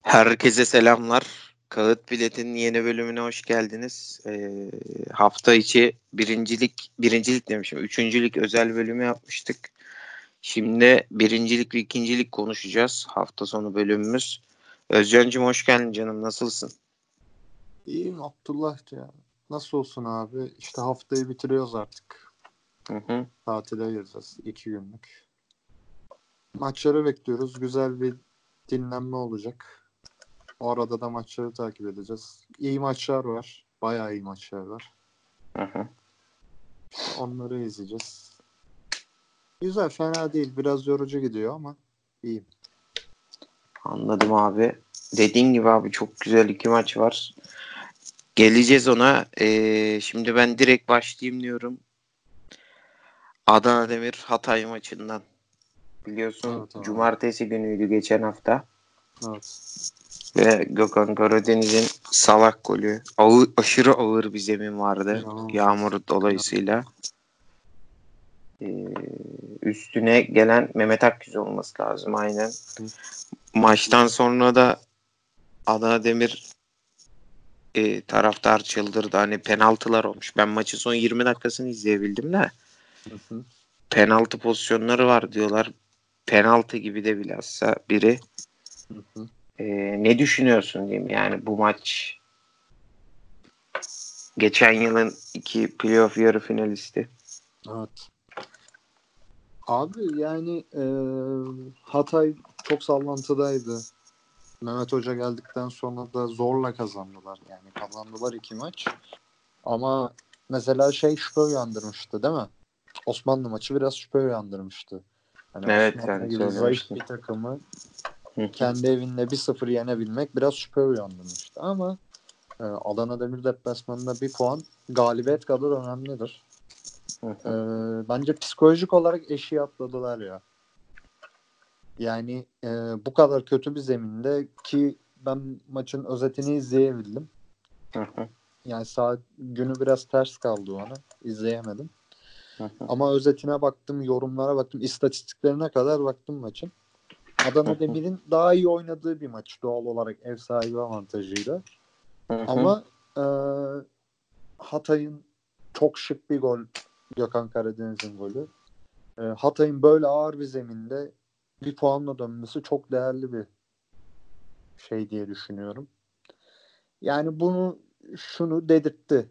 Herkese selamlar. Kağıt Bilet'in yeni bölümüne hoş geldiniz. Hafta içi birincilik demişim. Üçüncülük özel bölümü yapmıştık. Şimdi birincilik ve ikincilik konuşacağız. Hafta sonu bölümümüz. Özcan'cığım hoş geldin canım. Nasılsın? İyiyim Abdullah ya. Nasıl olsun abi? İşte haftayı bitiriyoruz artık. Hı. Tatile gireceğiz 2 günlük. Maçları bekliyoruz. Güzel bir dinlenme olacak. O arada da maçları takip edeceğiz. İyi maçlar var. Bayağı iyi maçlar var. Hı. Onları izleyeceğiz. Güzel, fena değil. Biraz yorucu gidiyor ama iyiyim. Anladım abi. Dediğin gibi abi çok güzel iki maç var. Geleceğiz ona. Şimdi ben direkt başlayayım diyorum. Adana Demir Hatay maçından. Biliyorsun Evet abi. cumartesi günüydü geçen hafta. Evet. Ve Gökhan Karadeniz'in salak golü. Aşırı ağır bir zemin vardı. İnanılmaz. Yağmur dolayısıyla. Üstüne gelen Mehmet Akgüz olması lazım aynen. Maçtan sonra da Adana Demir taraftar çıldırdı. Hani penaltılar olmuş. Ben maçın son 20 dakikasını izleyebildim de. Hı. Penaltı pozisyonları var diyorlar. Penaltı gibi de bilhassa biri. Hı. Ne düşünüyorsun diyeyim yani bu maç geçen yılın iki playoff yarı finalisti. Evet. Abi yani Hatay çok sallantıdaydı. Mehmet Hoca geldikten sonra da zorla kazandılar. Yani kazandılar 2 maç. Ama mesela şüphe uyandırmıştı değil mi? Osmanlı maçı biraz şüphe uyandırmıştı. Hani Evet Osmanlı sen gibi zayıf söylemiştin. bir takımı kendi evinde 1-0 yenebilmek biraz şüphe uyandırmıştı. Ama Adana Demir deplasmanında bir puan galibiyet kadar önemlidir. Bence psikolojik olarak eşiği atladılar ya. Yani bu kadar kötü bir zeminde ki ben maçın özetini izleyebildim. Yani saat günü biraz ters kaldı ona. İzleyemedim. Ama özetine baktım, yorumlara baktım, istatistiklerine kadar baktım maçın. Adana Demir'in daha iyi oynadığı bir maç doğal olarak ev sahibi avantajıyla. Ama Hatay'ın çok şık bir gol, Gökhan Karadeniz'in golü. Hatay'ın böyle ağır bir zeminde bir puanla dönmesi çok değerli bir şey diye düşünüyorum. Yani şunu dedirtti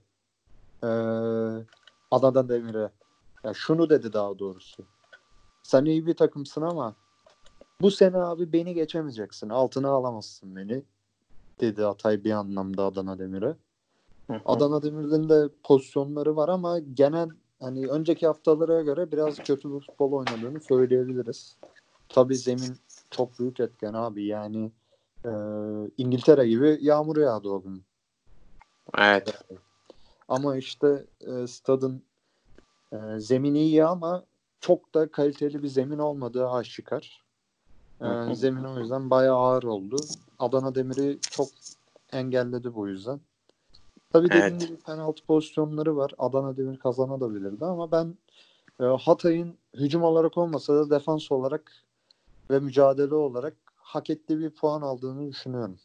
Adana Demir'e. Ya şunu dedi daha doğrusu. Sen iyi bir takımsın ama bu sene abi beni geçemeyeceksin. Altına alamazsın beni dedi Hatay bir anlamda Adana Demir'e. Adana Demir'in de pozisyonları var ama genel hani önceki haftalara göre biraz kötü bir futbol oynadığını söyleyebiliriz. Tabii zemin çok büyük etken abi. Yani İngiltere gibi yağmur yağdı o gün. Evet. Ama işte stadın zemini iyi ama çok da kaliteli bir zemin olmadığı aşikar. Zemin o yüzden bayağı ağır oldu. Adana Demir'i çok engelledi bu yüzden. Tabii dediğim Evet. gibi penaltı pozisyonları var. Adana Demir kazanabilirdi ama ben Hatay'ın hücum olarak olmasa da defans olarak ve mücadele olarak hak ettiği bir puan aldığını düşünüyorum.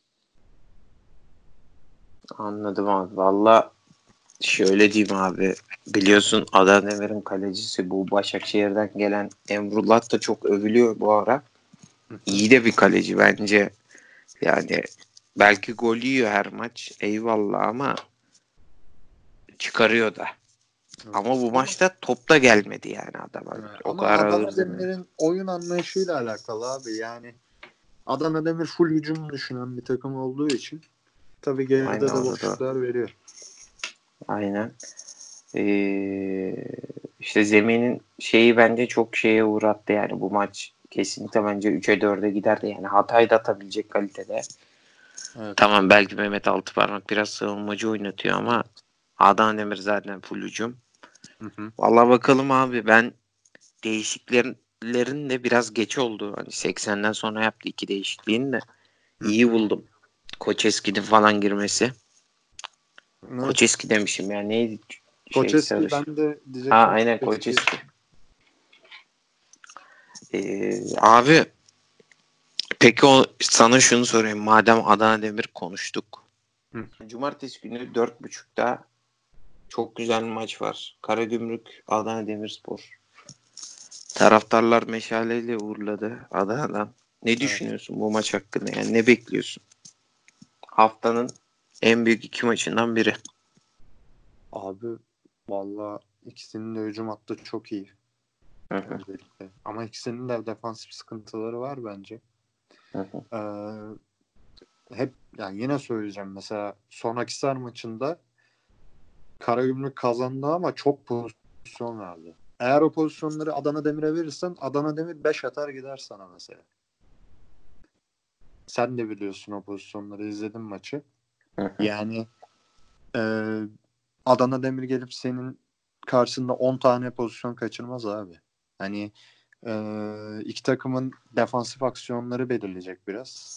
Anladım abi. Valla şöyle diyeyim abi. Biliyorsun Adana Demir'in kalecisi bu Başakşehir'den gelen Emrullah da çok övülüyor bu ara. İyi de bir kaleci bence. Yani belki gol yiyor her maç. Eyvallah ama çıkarıyor da. Evet. Ama bu maçta top da gelmedi yani adama. O Ama kadar ağır Adana zemin. Demir'in oyun anlayışıyla alakalı abi. Yani Adana Demir full hücum düşünen bir takım olduğu için tabii geride Aynen de orada. boşluklar veriyor. Aynen. İşte zeminin şeyi bence çok şeye uğrattı yani bu maç kesinlikle bence 3'e 4'e giderdi yani Hatay da atabilecek kalitede. Evet. Tamam belki Mehmet Altıparmak biraz savunmacı oynatıyor ama Adana Demir zaten full hücum. Vallahi bakalım abi ben değişikliklerin de biraz geç oldu. Hani 80'den sonra yaptı iki değişikliğini de iyi buldum. Koçeski'nin falan girmesi. Evet. Koçeski demişim ya neydi? Koçeski Sarış. ben de Ha diyecektim. aynen Koçeski. Abi Peki sana şunu sorayım. Madem Adana Demir konuştuk. Hı. Cumartesi günü 4.30'da çok güzel bir maç var. Karagümrük Adana Demirspor. Taraftarlar meşaleyle uğurladı Adana'dan. Ne Evet. düşünüyorsun bu maç hakkında? Yani ne bekliyorsun? Haftanın en büyük iki maçından biri. Abi valla ikisinin de hücum hattı çok iyi. Hı hı, Öncelikle. Ama ikisinin de defansif sıkıntıları var bence. hı hı, Hep yani yine söyleyeceğim, mesela son Akhisar maçında Karagümrük kazandı ama çok pozisyon verdi. Eğer o pozisyonları Adana Demir'e verirsen Adana Demir 5 atar gider sana mesela. Sen de biliyorsun, o pozisyonları izledin maçı. hı hı. Yani e, Adana Demir gelip senin karşısında 10 tane pozisyon kaçırmaz abi. Hani iki takımın defansif aksiyonları belirleyecek biraz.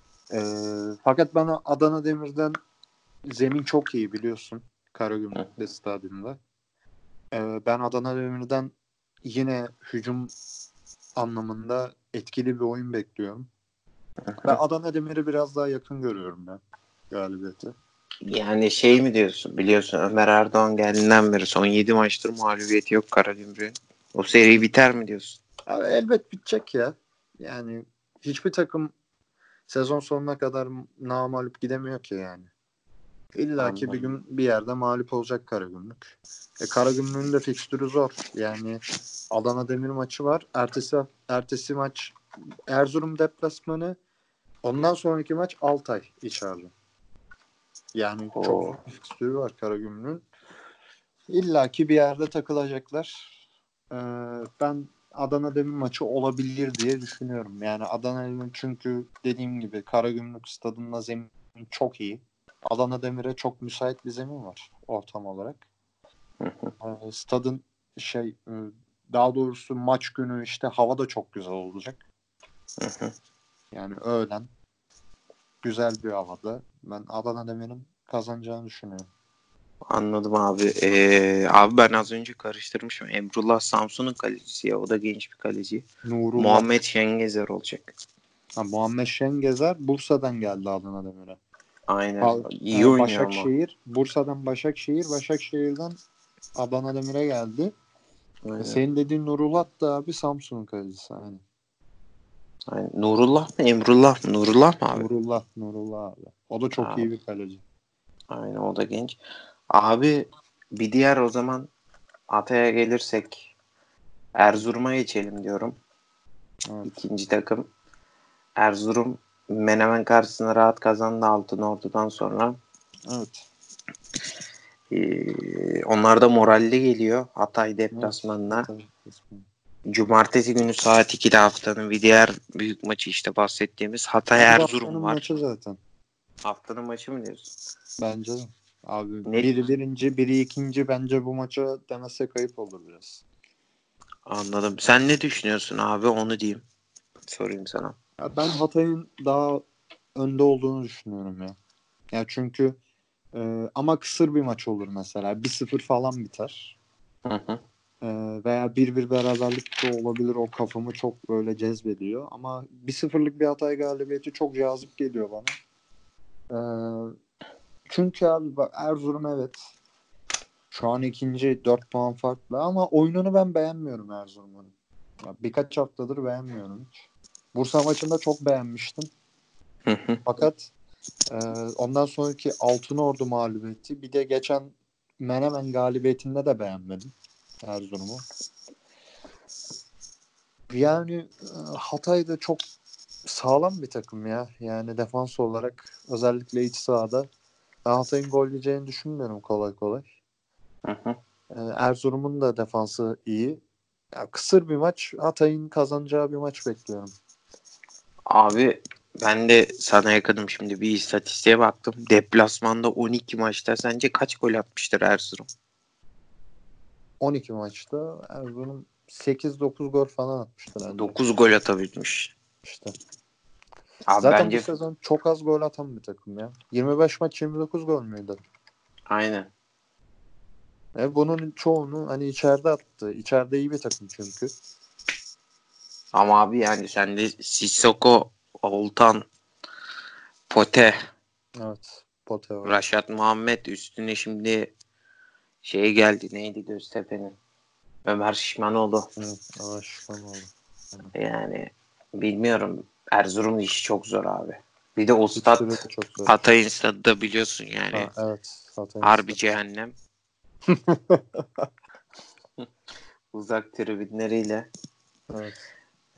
Fakat bana Adana Demir'den zemin çok iyi, biliyorsun. Karagümrük'te stadyumda. Ben Adana Demir'den yine hücum anlamında etkili bir oyun bekliyorum. Ben Adana Demir'i biraz daha yakın görüyorum ben galibiyeti. Yani şey mi diyorsun? Biliyorsun Ömer Erdoğan geldiğinden beri son 7 maçtır mağlubiyeti yok Karagümrük'ün. O seri biter mi diyorsun? Abi elbet bitecek ya. Yani hiçbir takım sezon sonuna kadar namağlup gidemiyor ki yani. İlla ki bir Anladım. gün bir yerde mağlup olacak Karagümrük. Karagümrük'ün de fikstürü zor. Yani Adana Demir maçı var. Ertesi maç Erzurum deplasmanı. Ondan sonraki maç Altay içeride. Yani çok zor O bir fikstürü var Karagümrük'ün. İlla ki bir yerde takılacaklar. Ee, Ben Adana Demir maçı olabilir diye düşünüyorum. Yani Adana Demir, çünkü dediğim gibi Karagümrük stadında zemin çok iyi. Adana Demir'e çok müsait bir zemin var ortam olarak. Stadın daha doğrusu maç günü işte hava da çok güzel olacak. Yani öğlen güzel bir havada ben Adana Demir'in kazanacağını düşünüyorum. Anladım abi. Abi ben az önce karıştırmışım. Emrullah Samsun'un kalecisi ya. O da genç bir kaleci. Nurullah. Muhammed Şengezer olacak. Muhammed Şengezer Bursa'dan geldi Adana Demir'e. Aynen. İyi oynuyor ama. Bursa'dan Başakşehir'den Adana Demir'e geldi. Aynen. Senin dediğin Nurullah da abi Samsun'un kalecisi. Aynen. Aynen. Nurullah mı? Emrullah mı? Nurullah mı abi? Nurullah abi. O da çok Aa, iyi bir kaleci. aynen o da genç. Abi bir diğer o zaman Atay'a gelirsek Erzurum'a geçelim diyorum. Evet. İkinci takım. Erzurum Menemen karşısında rahat kazandı Altınordu'dan sonra. Evet. Onlar da moralli geliyor Hatay Evet. deplasmanına. Tabii. Kısmen. Cumartesi günü saat 2'de haftanın bir diğer büyük maçı işte bahsettiğimiz Hatay Bence Erzurum haftanın var. maçı zaten. Haftanın maçı mı diyorsun? Bence de. Abi Net biri birinci, biri ikinci, bence bu maça demese kayıp olur biraz. anladım. Sen ne düşünüyorsun abi onu diyeyim. Sorayım sana. Ya ben Hatay'ın daha önde olduğunu düşünüyorum ya. Ya çünkü ama kısır bir maç olur mesela. 1-0 falan biter. Hı hı. Veya 1-1 beraberlik de olabilir. O kafamı çok böyle cezbediyor. Ama 1-0'lık bir Hatay galibiyeti çok cazip geliyor bana. Ee, Çünkü abi bak, Erzurum evet. Şu an ikinci, 4 puan farklı ama oyununu ben beğenmiyorum Erzurum'un. Ya birkaç haftadır beğenmiyorum hiç. Bursa maçında çok beğenmiştim. Hı hı. Fakat e, ondan sonraki Altınordu mağlubiyeti, bir de geçen Menemen galibiyetinde de beğenmedim Erzurum'u. Yani Hatay da çok sağlam bir takım ya. Yani defans olarak özellikle iç sahada ben Hatay'ın gol yiyeceğini düşünmüyorum kolay kolay. Hı hı. Erzurum'un da defansı iyi. Ya, kısır bir maç. Hatay'ın kazanacağı bir maç bekliyorum. Abi ben de sana yakınım şimdi bir istatistiğe baktım. Deplasmanda 12 maçta sence kaç gol atmıştır Erzurum? 12 maçta Erzurum 8-9 gol falan atmıştır bence. 9 gol atabilmiş. İşte. Abi Zaten bu bence sezon çok az gol atan bir takım ya. 25 maç 29 gol müydü? aynen. Bunun çoğunu hani içeride attı. İçeride iyi bir takım çünkü. Ama abi yani sen de Sissoko Oltan, Pote, Evet. Pote var. Raşat Muhammed üstüne şimdi şey geldi. Neydi Göztepe'nin? Ömer Şişmanoğlu. Evet. Aşıkman oldu. Yani bilmiyorum. Erzurum'un işi çok zor abi. Bir de o Fikstürü de stat çok zor. Hatay'ın stadı da biliyorsun yani. Ha, evet. Hatay'ın Harbi stadı. cehennem. Uzak tribünleriyle. Evet.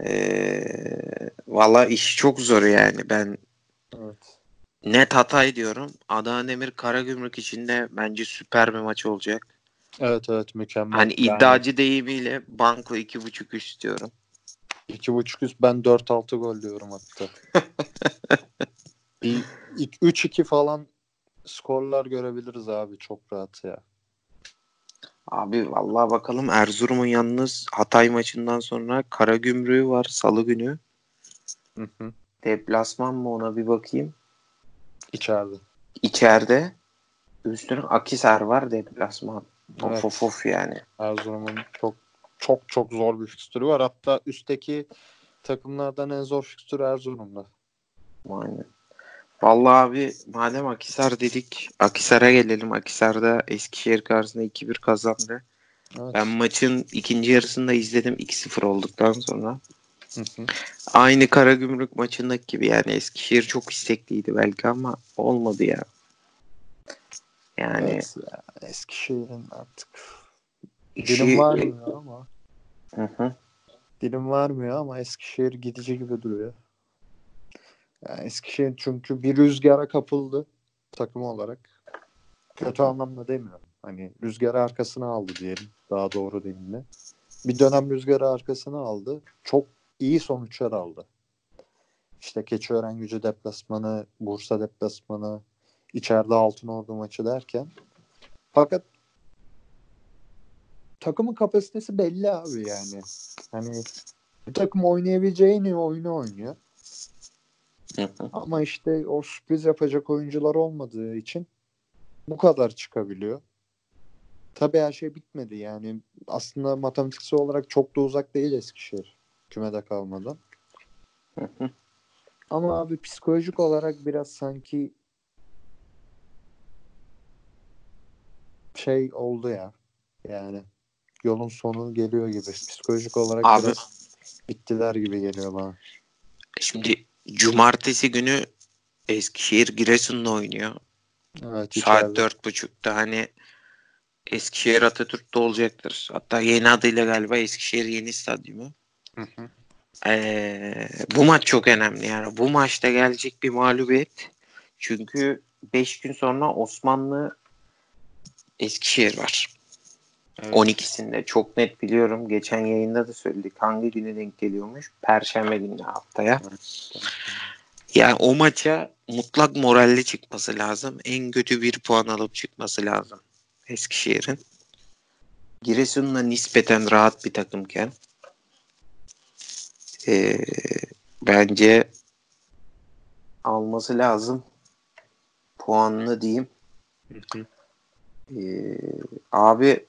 Valla iş çok zor yani. Ben Evet. net Hatay diyorum. Adana Demir Karagümrük için de bence süper bir maç olacak. Evet, evet, mükemmel. Hani Yani iddiacı deyimiyle banko 2.5 üst diyorum. 2.5 üst, ben 4-6 gol diyorum hatta. Bir 3-2 falan skorlar görebiliriz abi, çok rahat ya. Abi vallahi bakalım, Erzurum'un yalnız Hatay maçından sonra Karagümrük'ü var Salı günü. Hı hı. Deplasman mı, ona bir bakayım. İçeride. İçeride. Üstüne Akhisar var deplasman. Of of Evet. of yani. Erzurum'un çok çok çok zor bir fikstürü var. Hatta üstteki takımlardan en zor fikstürü Erzurum'da. Aynen. Vallahi abi madem Akhisar dedik, Akhisar'a gelelim. Akhisar'da Eskişehir karşısında 2-1 kazandı. Ben Evet. maçın ikinci yarısında izledim 2-0 olduktan sonra. Hı hı. Aynı Karagümrük maçındaki gibi yani, Eskişehir çok istekliydi belki ama olmadı ya. Yani Evet ya, Eskişehir'in artık dilim işi varmıyor ama hı hı, Eskişehir gidici gibi duruyor. Yani Eskişehir çünkü bir rüzgara kapıldı takım olarak. Kötü anlamda demiyorum. Hani rüzgarı arkasına aldı diyelim. Daha doğru deyimle. Bir dönem rüzgarı arkasına aldı. Çok iyi sonuçlar aldı. İşte Keçiören deplasmanı, Bursa deplasmanı, içeride Altınordu maçı derken. Fakat takımın kapasitesi belli abi yani. Hani bu takım oynayabileceği en iyi oyunu oynuyor. hı hı. Ama işte o sürpriz yapacak oyuncular olmadığı için bu kadar çıkabiliyor. Tabii her şey bitmedi yani. Aslında matematiksel olarak çok da uzak değil Eskişehir kümede kalmadan. Ama abi psikolojik olarak biraz sanki şey oldu ya. Yani yolun sonu geliyor gibi. Psikolojik olarak Abi biraz bittiler gibi geliyor bana. şimdi cumartesi günü Eskişehir Giresun'la oynuyor. Evet, Saat içeride. 4.30'da, hani Eskişehir Atatürk'te olacaktır. Hatta yeni adıyla galiba Eskişehir Yeni Stadyumu. Hı hı. Bu maç çok önemli yani. Bu maçta gelecek bir mağlubiyet. Çünkü 5 gün sonra Osmanlı Eskişehir var. Evet. 12'sinde çok net biliyorum. Geçen yayında da söyledik. Hangi güne denk geliyormuş? Perşembe günü haftaya. Evet. Yani o maça mutlak moralle çıkması lazım. En kötü bir puan alıp çıkması lazım Eskişehir'in. Giresun'la nispeten rahat bir takımken ee, bence alması lazım. Puanını diyeyim. Hı hı. Ee, abi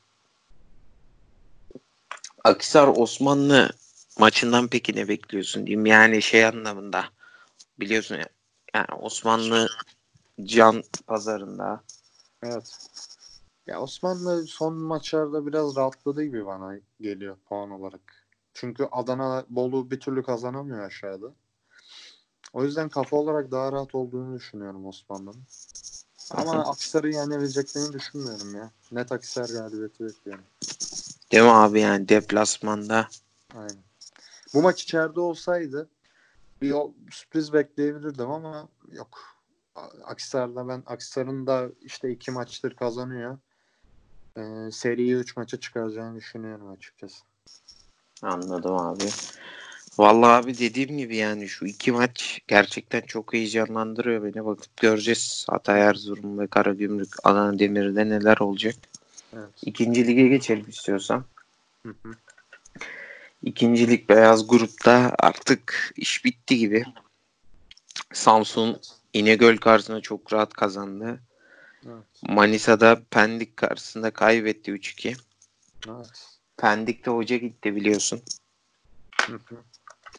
Akhisar Osmanlı maçından peki ne bekliyorsun diyeyim. Yani şey anlamında, biliyorsun ya, yani Osmanlı can pazarında. Evet. Ya Osmanlı son maçlarda biraz rahatladı gibi bana geliyor puan olarak. Çünkü Adana, Bolu bir türlü kazanamıyor aşağıda. O yüzden kafa olarak daha rahat olduğunu düşünüyorum Osmanlı'nın. Ama Akhisar'ı yenebileceklerini düşünmüyorum ya. Net Akhisar galibiyeti bekliyorum. Değil mi abi, yani deplasmanda. Aynen. Bu maç içeride olsaydı bir sürpriz bekleyebilirdim ama yok. Akhisar'ın da işte 2 maçtır kazanıyor. Seriyi 3 maça çıkaracağını düşünüyorum açıkçası. Anladım abi. Vallahi abi dediğim gibi yani şu iki maç gerçekten çok heyecanlandırıyor beni. Bakıp göreceğiz Hatay, Erzurum ve Karagümrük Adana Demir'de neler olacak. Evet. İkinci lige geçelim istiyorsan. Hı hı. İkinci lig beyaz grupta artık iş bitti gibi. Samsun Evet. İnegöl karşısında çok rahat kazandı. Evet. Manisa'da Pendik karşısında kaybetti 3-2. Evet. Pendik'te hoca gitti biliyorsun. Hı hı.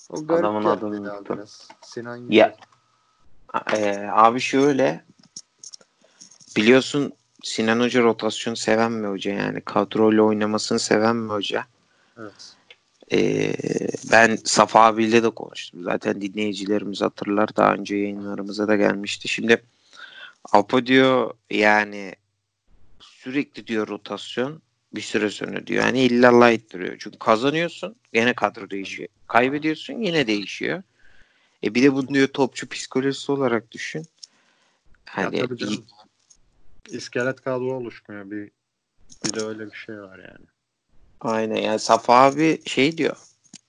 O garip Adamın geldi adını ya unuttum. biraz. Sinan Yücel. Ya abi şöyle, biliyorsun Sinan Hoca rotasyon seven bir hoca, yani kadroyla oynamasını seven bir hoca. Evet. E, Ben Safa abiyle de konuştum. Zaten dinleyicilerimiz hatırlar. Daha önce yayınlarımıza da gelmişti. Şimdi Apo diyor yani sürekli diyor rotasyon bir süre sonra diyor. Yani illallah ettiriyor. Çünkü kazanıyorsun gene kadro değişiyor. Kaybediyorsun yine değişiyor. Bir de bunu diyor topçu psikolojisi olarak düşün. Ya Hani tabii canım. İskelet kadro oluşmuyor. Bir de öyle bir şey var yani. aynen, yani Safa abi şey diyor.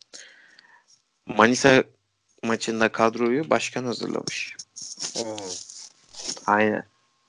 Manisa maçında kadroyu başkan hazırlamış. Oo. Aynen.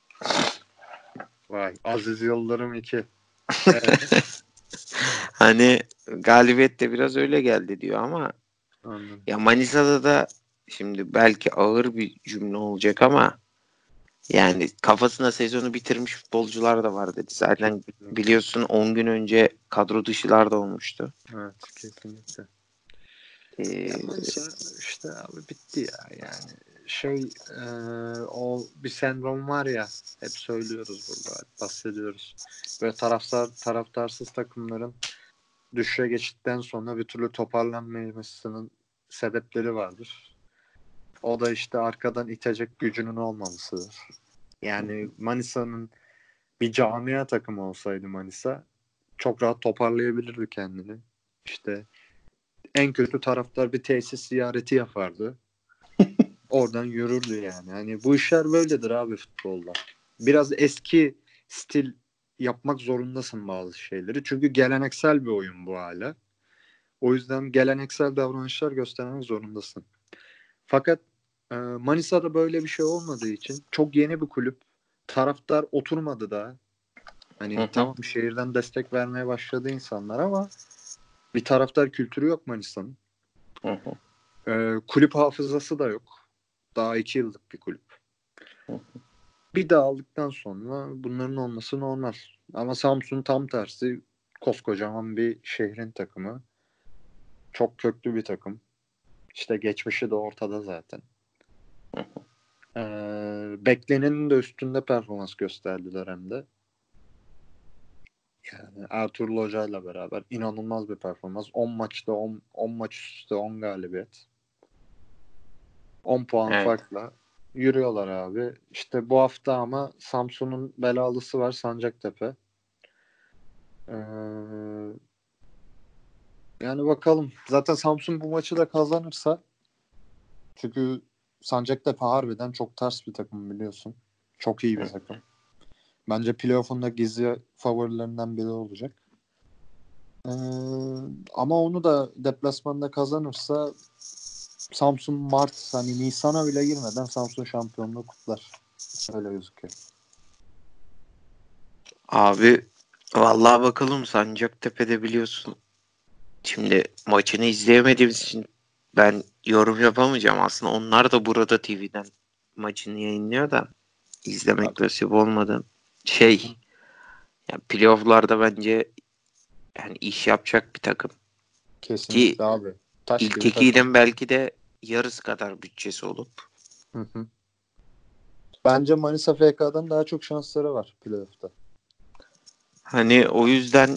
Vay. Aziz Yıldırım 2. Evet. Hani galibiyet de biraz öyle geldi diyor ama Anladım. ya Manisa'da da şimdi belki ağır bir cümle olacak ama yani kafasına sezonu bitirmiş futbolcular da var dedi. Zaten Kesinlikle. biliyorsun 10 gün önce kadro dışılar da olmuştu. Evet. Kesinlikle. Ya Ee, Manisa işte abi bitti ya yani şey o bir sendrom var ya hep söylüyoruz burada hep bahsediyoruz ve taraftarsız takımların düşüşe geçtikten sonra bir türlü toparlanmamasının sebepleri vardır. O da işte arkadan itecek gücünün olmamasıdır. Yani Manisa'nın bir camia takımı olsaydı Manisa çok rahat toparlayabilirdi kendini. İşte en kötü taraftar bir tesis ziyareti yapardı. Oradan yürürdü yani. Hani bu işler böyledir abi futbolda. Biraz eski stil yapmak zorundasın bazı şeyleri. Çünkü geleneksel bir oyun bu hala. O yüzden geleneksel davranışlar göstermek zorundasın. Fakat Manisa'da böyle bir şey olmadığı için çok yeni bir kulüp. Taraftar oturmadı da. hı Hani hı, tamam şehirden destek vermeye başladı insanlar ama bir taraftar kültürü yok Manisa'nın. hı hı, Kulüp hafızası da yok. Daha 2 yıllık bir kulüp. hı. Bir dağıldıktan sonra bunların olması normal. Ama Samsun tam tersi koskocaman bir şehrin takımı. Çok köklü bir takım. İşte geçmişi de ortada zaten. Beklenenin de üstünde performans gösterdiler hem de. Yani Ertuğrul Hoca ile beraber inanılmaz bir performans. 10 maçta 10 maç üstte 10 galibiyet. 10 puan Evet. farkla yürüyorlar abi. İşte bu hafta ama Samsun'un belalısı var Sancaktepe. Ee, Yani bakalım. Zaten Samsun bu maçı da kazanırsa çünkü Sancaktepe harbiden çok ters bir takım biliyorsun. Çok iyi bir Hı. takım. Bence playoff'un da gizli favorilerinden biri olacak. Ee, Ama onu da deplasmanda kazanırsa Samsun Mart hani Nisan'a bile girmeden Samsun şampiyonluğu kutlar. Öyle gözüküyor. Abi vallahi bakalım, Sancaktepe'de biliyorsun. Şimdi maçını izleyemediğimiz için ben yorum yapamayacağım. Aslında onlar da burada TV'den maçını yayınlıyor da izlemek nasip olmadı. Şey, yani playoff'larda bence yani iş yapacak bir takım. Ki Kesinlikle abi. Taş ilk gibi takım. tekiyden belki de yarısı kadar bütçesi olup. Hı hı. Bence Manisa FK'dan daha çok şansları var playoff'ta. Hani o yüzden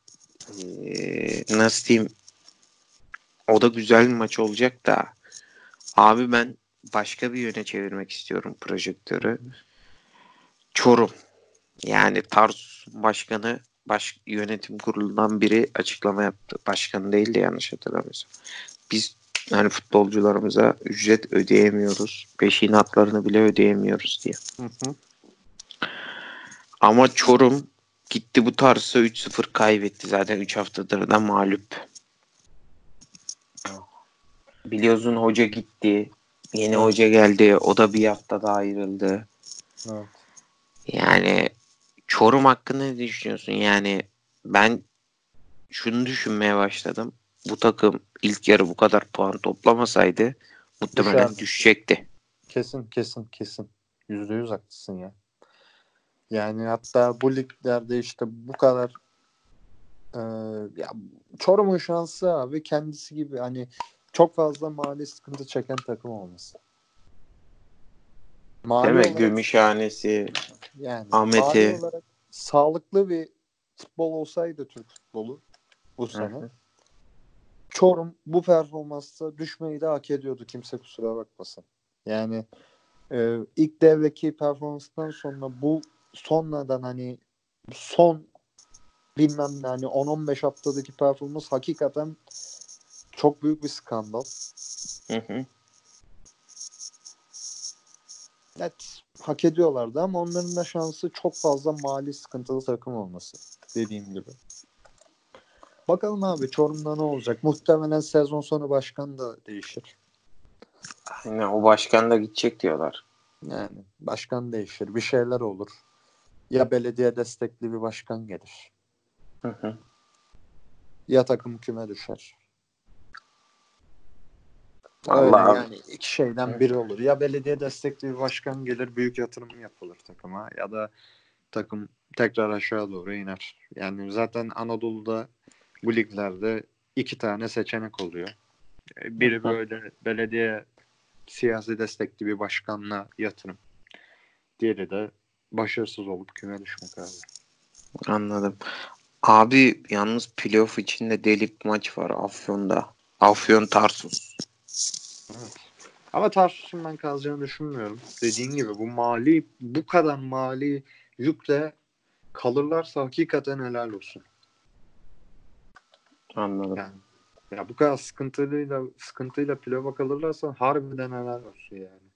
nasıl diyeyim, o da güzel bir maç olacak da abi ben başka bir yöne çevirmek istiyorum Hı projektörü. hı. Çorum. Yani Tarsus Başkanı yönetim kurulundan biri açıklama yaptı. Başkan değil de yanlış hatırlamıyorsam. Biz yani futbolcularımıza ücret ödeyemiyoruz. Peşinatlarını bile ödeyemiyoruz diye. Hı hı. Ama Çorum gitti bu Tarsus'a 3-0 kaybetti. Zaten 3 haftadır da mağlup. Evet. Biliyorsun hoca gitti. Yeni Evet. hoca geldi. O da bir haftada ayrıldı. Evet. Yani Çorum hakkında ne düşünüyorsun? Yani ben şunu düşünmeye başladım. Bu takım ilk yarı bu kadar puan toplamasaydı muhtemelen Düşerdi. düşecekti. Kesin kesin kesin. %100 haklısın ya. Yani hatta bu liglerde işte bu kadar ya Çorum'un şansı abi kendisi gibi hani çok fazla mali sıkıntı çeken takım olması. Değil Mali mi? olarak Gümüşhanesi, yani mali Ahmet'i. olarak sağlıklı bir futbol olsaydı Türk futbolu bu Hı sene hı. Çorum bu performansla düşmeyi de hak ediyordu. Kimse kusura bakmasın. Yani ilk devdeki performanstan sonra bu sonradan hani son bilmem ne hani 10-15 haftadaki performans hakikaten çok büyük bir skandal. Hı hı. Evet, hak ediyorlardı ama onların da şansı çok fazla mali sıkıntılı takım olması dediğim gibi. Bakalım abi Çorum'da ne olacak? Muhtemelen sezon sonu başkan da değişir. Aynen, o başkan da gidecek diyorlar. Yani başkan değişir, bir şeyler olur. Ya belediye destekli bir başkan gelir. Hı hı. Ya takım küme düşer. Öyle Vallahi abi. yani iki şeyden biri olur. Ya belediye destekli bir başkan gelir, büyük yatırım yapılır takıma ya da takım tekrar aşağı doğru iner. Yani zaten Anadolu'da bu liglerde iki tane seçenek oluyor. Biri böyle belediye siyasi destekli bir başkanla yatırım. Diğeri de başarısız olup küme düşmek abi. Anladım. Abi yalnız playoff içinde delik maç var Afyon'da. Afyon Tarsus. Evet. Ama Tarsus'un ben kalacağını düşünmüyorum. Dediğin gibi bu kadar mali yükle kalırlarsa hakikaten helal olsun. Anladım. Yani ya bu kadar sıkıntıyla playoff'a kalırlarsa harbiden helal olsun yani.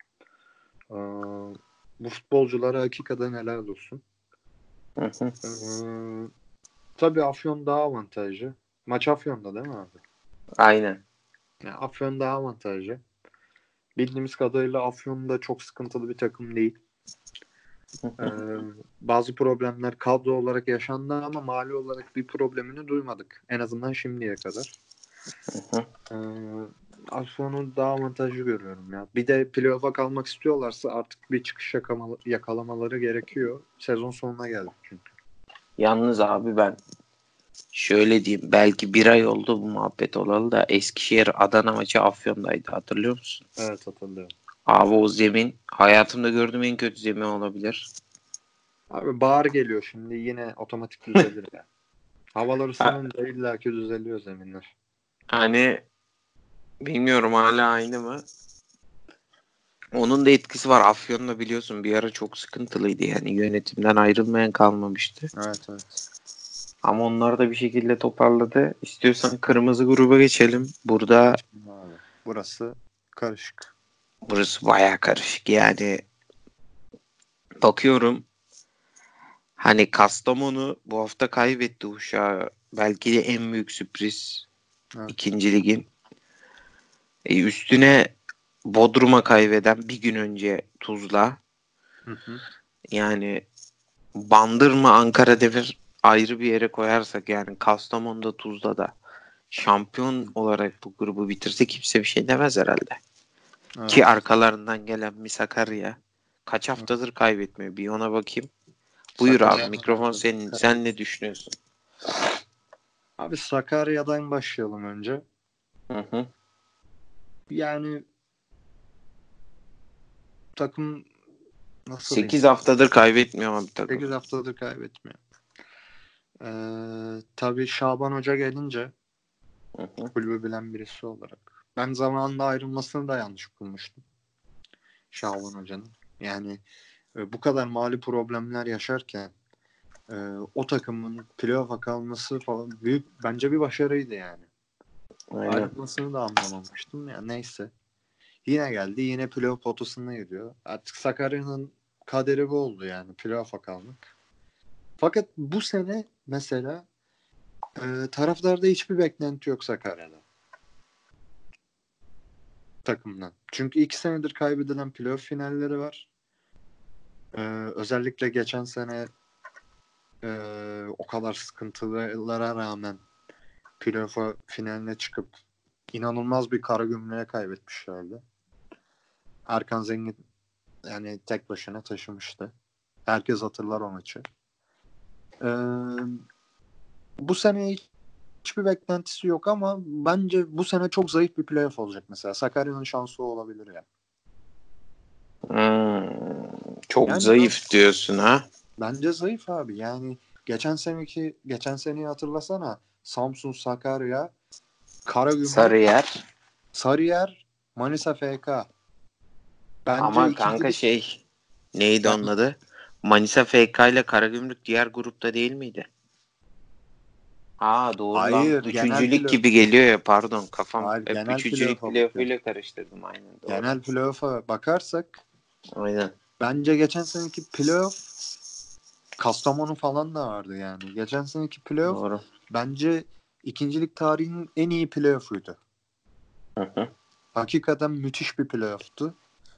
Bu futbolculara hakikaten helal olsun. Hı hı. Ee, tabii Afyon daha avantajlı. Maç Afyon'da değil mi abi? Aynen. Yani Afyon daha avantajlı. Bildiğimiz kadarıyla Afyon da çok sıkıntılı bir takım değil. Ee, bazı problemler kadro olarak yaşandı ama mali olarak bir problemini duymadık. En azından şimdiye kadar. Hı. Ee, Afyon'u daha avantajlı görüyorum ya. Bir de playoff'a kalmak istiyorlarsa artık bir çıkış yakalamaları gerekiyor. Sezon sonuna geldik çünkü. Yalnız abi ben şöyle diyeyim, belki bir ay oldu bu muhabbet olalı da Eskişehir Adana maçı Afyon'daydı, hatırlıyor musun? Evet hatırlıyorum. Abi o zemin hayatımda gördüğüm en kötü zemin olabilir. Abi bahar geliyor şimdi yine otomatik düzelir ya. Havalar Ha- ısınınca illaki düzeliyor zeminler. Hani bilmiyorum hala aynı mı? Onun da etkisi var. Afyon'da biliyorsun bir ara çok sıkıntılıydı, yani yönetimden ayrılmayan kalmamıştı. Evet evet. Ama onlar da bir şekilde toparladı. İstiyorsan kırmızı gruba geçelim. Burada Geçtim abi. Burası karışık. burası baya karışık. Yani bakıyorum, hani Kastamonu bu hafta kaybetti Uşak'ı. Belki de en büyük sürpriz Evet. ikinci ligin. Üstüne Bodrum'a kaybeden bir gün önce Tuzla. Hı hı. Yani Bandırma, Ankara Demir ayrı bir yere koyarsak, yani Kastamonu'da, Tuzla'da şampiyon olarak bu grubu bitirse kimse bir şey demez herhalde. Ki Evet. arkalarından gelen bir Sakarya kaç haftadır kaybetmiyor. Bir ona bakayım. Buyur abi, Sakarya. mikrofon senin. Sen ne düşünüyorsun? Abi Sakarya'dan başlayalım önce. Hı hı. Yani takım nasıl diyeyim? 8 haftadır kaybetmiyor ama bir takım. 8 haftadır kaybetmiyor. Tabii Şaban Hoca gelince Hı hı. kulübü bilen birisi olarak. Ben zamanında ayrılmasını da yanlış bulmuştum. Şaban Hoca'nın. Yani bu kadar mali problemler yaşarken e, o takımın playoff'a kalması falan büyük bence bir başarıydı yani. Aynen. Ayrılmasını da anlamamıştım. Ya neyse. Yine geldi. Yine playoff potasına giriyor. Artık Sakarya'nın kaderi bu oldu yani. Playoff'a kalmak. Fakat bu sene mesela taraftarda hiçbir beklenti yok Sakarya'da. Takımdan. Çünkü 2 senedir kaybedilen playoff finalleri var. Özellikle geçen sene e, o kadar sıkıntılara rağmen playoff'a finaline çıkıp inanılmaz bir kara gümrüğe kaybetmişlerdi. Erkan Zengin yani tek başına taşımıştı. Herkes hatırlar o maçı. Ee, bu sene hiçbir beklentisi yok ama bence bu sene çok zayıf bir playoff olacak mesela. Sakarya'nın şansı olabilir yani. Çok Yani zayıf diyorsun ha. bence zayıf abi. Yani geçen seneyi hatırlasana. Samsun, Sakarya, Karagümrük, Sarıyer. Sarıyer, Manisa FK. Bence Ama kanka ikincilik neydi ben onun adı? Manisa FK ile Karagümrük diğer grupta değil miydi? Doğru lan. hayır Üçüncülük gibi geliyor ya, pardon, kafam hayır hep genel üçüncülük playoff'a bakıyorum. playoff'uyla karıştırdım, aynen doğru. Genel playoff'a bakarsak Aynen. bence geçen seneki playoff Kastamonu falan da vardı yani. Geçen seneki playoff Doğru. bence ikincilik tarihinin en iyi playoff'uydu. Hı hı. Hakikaten müthiş bir playoff'tu.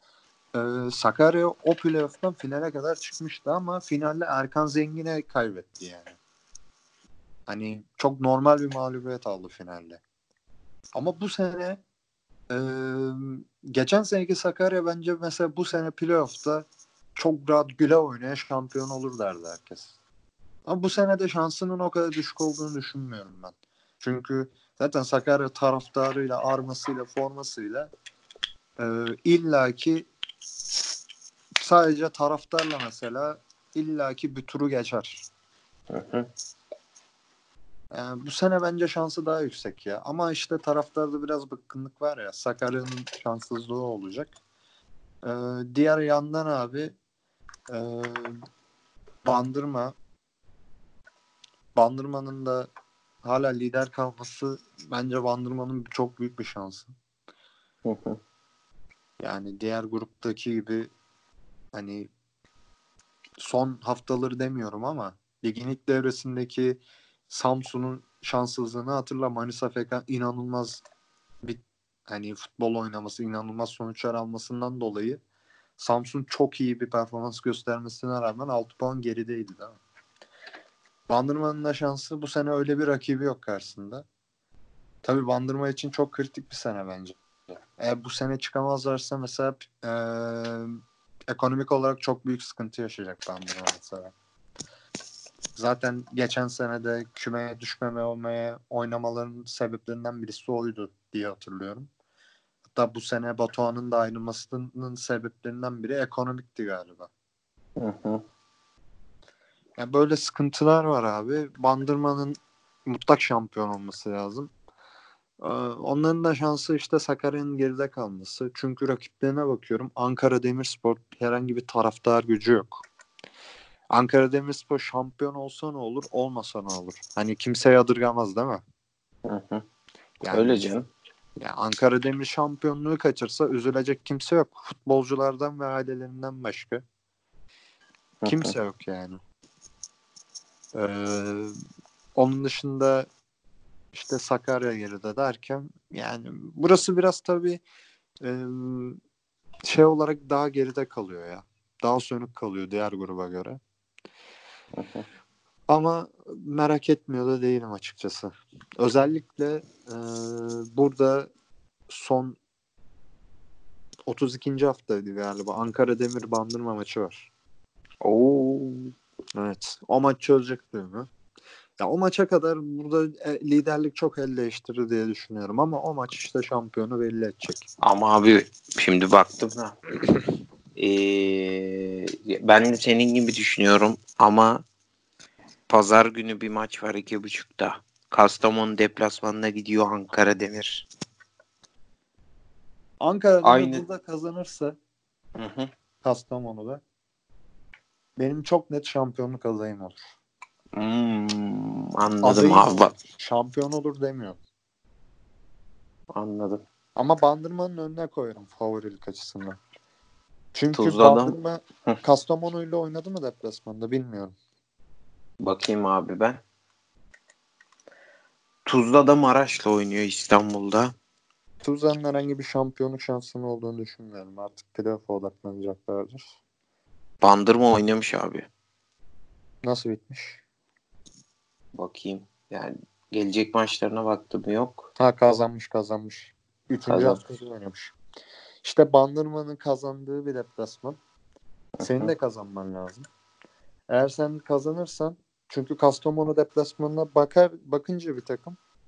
Sakarya o playoff'tan finale kadar çıkmıştı ama finalde Erkan Zengin'e kaybetti yani. Hani çok normal bir mağlubiyet aldı finalde. Ama bu sene e, geçen seneki Sakarya bence mesela bu sene playoff'ta çok rahat güle oynaya şampiyon olur derdi herkes. Ama bu sene de şansının o kadar düşük olduğunu düşünmüyorum ben. Çünkü zaten Sakarya taraftarıyla, armasıyla, formasıyla illaki sadece taraftarla mesela illaki bir turu geçer. Hı hı. Yani bu sene bence şansı daha yüksek ya. Ama işte taraftarda biraz bıkkınlık var ya. Sakarya'nın şanssızlığı olacak. Diğer yandan abi e, Bandırma. Bandırma'nın da hala lider kalması bence Bandırma'nın çok büyük bir şansı. Hı hı. Yani diğer gruptaki gibi hani son haftaları demiyorum ama ligin ilk devresindeki Samsun'un şanssızlığını hatırla. Manisa FK inanılmaz bir hani futbol oynaması, inanılmaz sonuçlar almasından dolayı Samsun çok iyi bir performans göstermesine rağmen 6 puan gerideydi değil mi? Bandırma'nın da şansı bu sene öyle bir rakibi yok karşısında. Tabii Bandırma için çok kritik bir sene bence. Eğer bu sene çıkamazlarsa mesela ekonomik olarak çok büyük sıkıntı yaşayacak Bandırma mesela. Zaten geçen sene de kümeye düşmeme olmaya oynamaların sebeplerinden birisi oydu diye hatırlıyorum. Hatta bu sene Batuhan'ın da ayrılmasının sebeplerinden biri ekonomikti galiba. Hı hı. Yani böyle sıkıntılar var abi. Bandırma'nın mutlak şampiyon olması lazım. Onların da şansı işte Sakarya'nın geride kalması. Çünkü rakiplerine bakıyorum. Ankara Demirspor herhangi bir taraftar gücü yok. Ankara Demirspor şampiyon olsa ne olur, olmasa ne olur? Hani kimse yadırgamaz değil mi? Hı hı. Öyle Yani, canım. yani Ankara Demir şampiyonluğu kaçırsa üzülecek kimse yok. Futbolculardan ve ailelerinden başka. Hı hı. Kimse yok yani. Ee, Onun dışında işte Sakarya geride derken yani burası biraz tabii e, şey olarak daha geride kalıyor ya. Daha sönük kalıyor diğer gruba göre. Hı hı. Ama merak etmiyor da değilim açıkçası. Özellikle burada son 32. haftaydı galiba. Ankara Demir Bandırma maçı var. Oo. Evet. O maç çözecek değil mi? Ya o maça kadar burada liderlik çok el değiştirir diye düşünüyorum ama o maç işte şampiyonu belli edecek. Ama abi şimdi baktım da ben de senin gibi düşünüyorum ama pazar günü bir maç var 2.30'da. Kastamonu deplasmanına gidiyor Ankara Demir. Ankara Demir Aynı. burada kazanırsa Hı hı. Kastamonu'da benim çok net şampiyonluk adayım olur. Anladım Adayım abi, bak. olur. Şampiyon olur demiyorum. Anladım. Ama Bandırma'nın önüne koyarım favorilik açısından. Çünkü Tuzla'dan Bandırma Kastamonu ile oynadı mı deplasmanda bilmiyorum. bakayım abi ben. Tuzla'da Maraş'la oynuyor İstanbul'da. Tuzla'nın herhangi bir şampiyonluk şansının olduğunu düşünmüyorum. Artık playoff'a odaklanacaklardır. Bandırma oynamış abi. Nasıl bitmiş? Bakayım. Yani gelecek maçlarına baktım, yok. Ha kazanmış. Üçüncü Kazanmış. haftası oynamış. İşte Bandırma'nın kazandığı bir deplasman. Hı Senin hı. de kazanman lazım. Eğer sen kazanırsan çünkü Kastamonu deplasmanına bakınca bir takım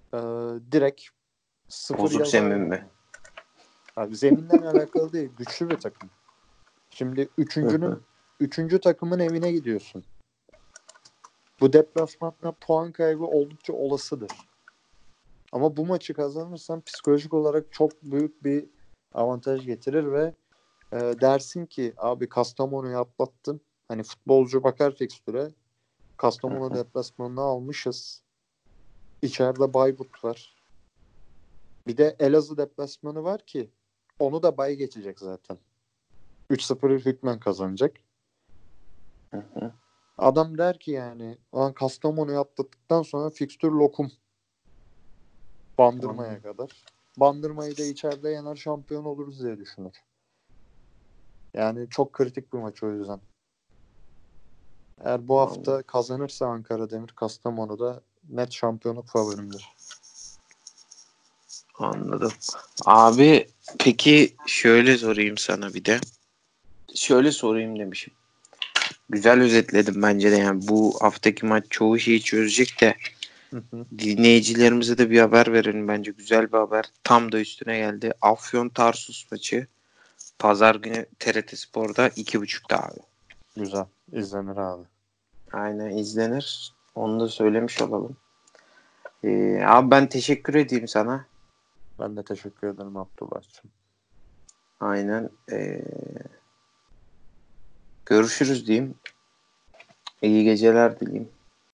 Direkt 0 Bozuk yazar zemin yani. mi? Abi zeminden alakalı değil. Güçlü bir takım. Şimdi üçüncü takımın evine gidiyorsun. Bu deplasmanda puan kaybı oldukça olasıdır. Ama bu maçı kazanırsan psikolojik olarak çok büyük bir avantaj getirir ve dersin ki abi Kastamonu'yu atlattın. Hani futbolcu bakar fikstüre. Kastamonu deplasmanını almışız. İçeride Bayburt var. Bir de Elazığ deplasmanı var ki onu da bay geçecek zaten. 3-0 hükmen kazanacak. Adam der ki yani lan Kastamonu'yu atlattıktan sonra fikstür lokum. Bandırma'ya kadar. Bandırma'yı da içeride yener şampiyon oluruz diye düşünür. Yani çok kritik bir maç o yüzden. Eğer bu hafta kazanırsa Ankara Demir Kastamonu'da net şampiyonluk favorimdir. Anladım. Abi peki şöyle sorayım sana bir de. Şöyle sorayım demişim. Güzel özetledim bence de, yani bu haftaki maç çoğu şeyi çözecek de dinleyicilerimize de bir haber verelim, bence güzel bir haber. Tam da üstüne geldi. Afyon Tarsus maçı Pazar günü TRT Spor'da 2.30'da abi. Güzel. İzlenir abi. Aynen, izlenir. Onu da söylemiş olalım. Abi ben teşekkür edeyim sana. Ben de teşekkür ederim Abdullah'cığım. Aynen. Görüşürüz diyeyim. İyi geceler dileyim.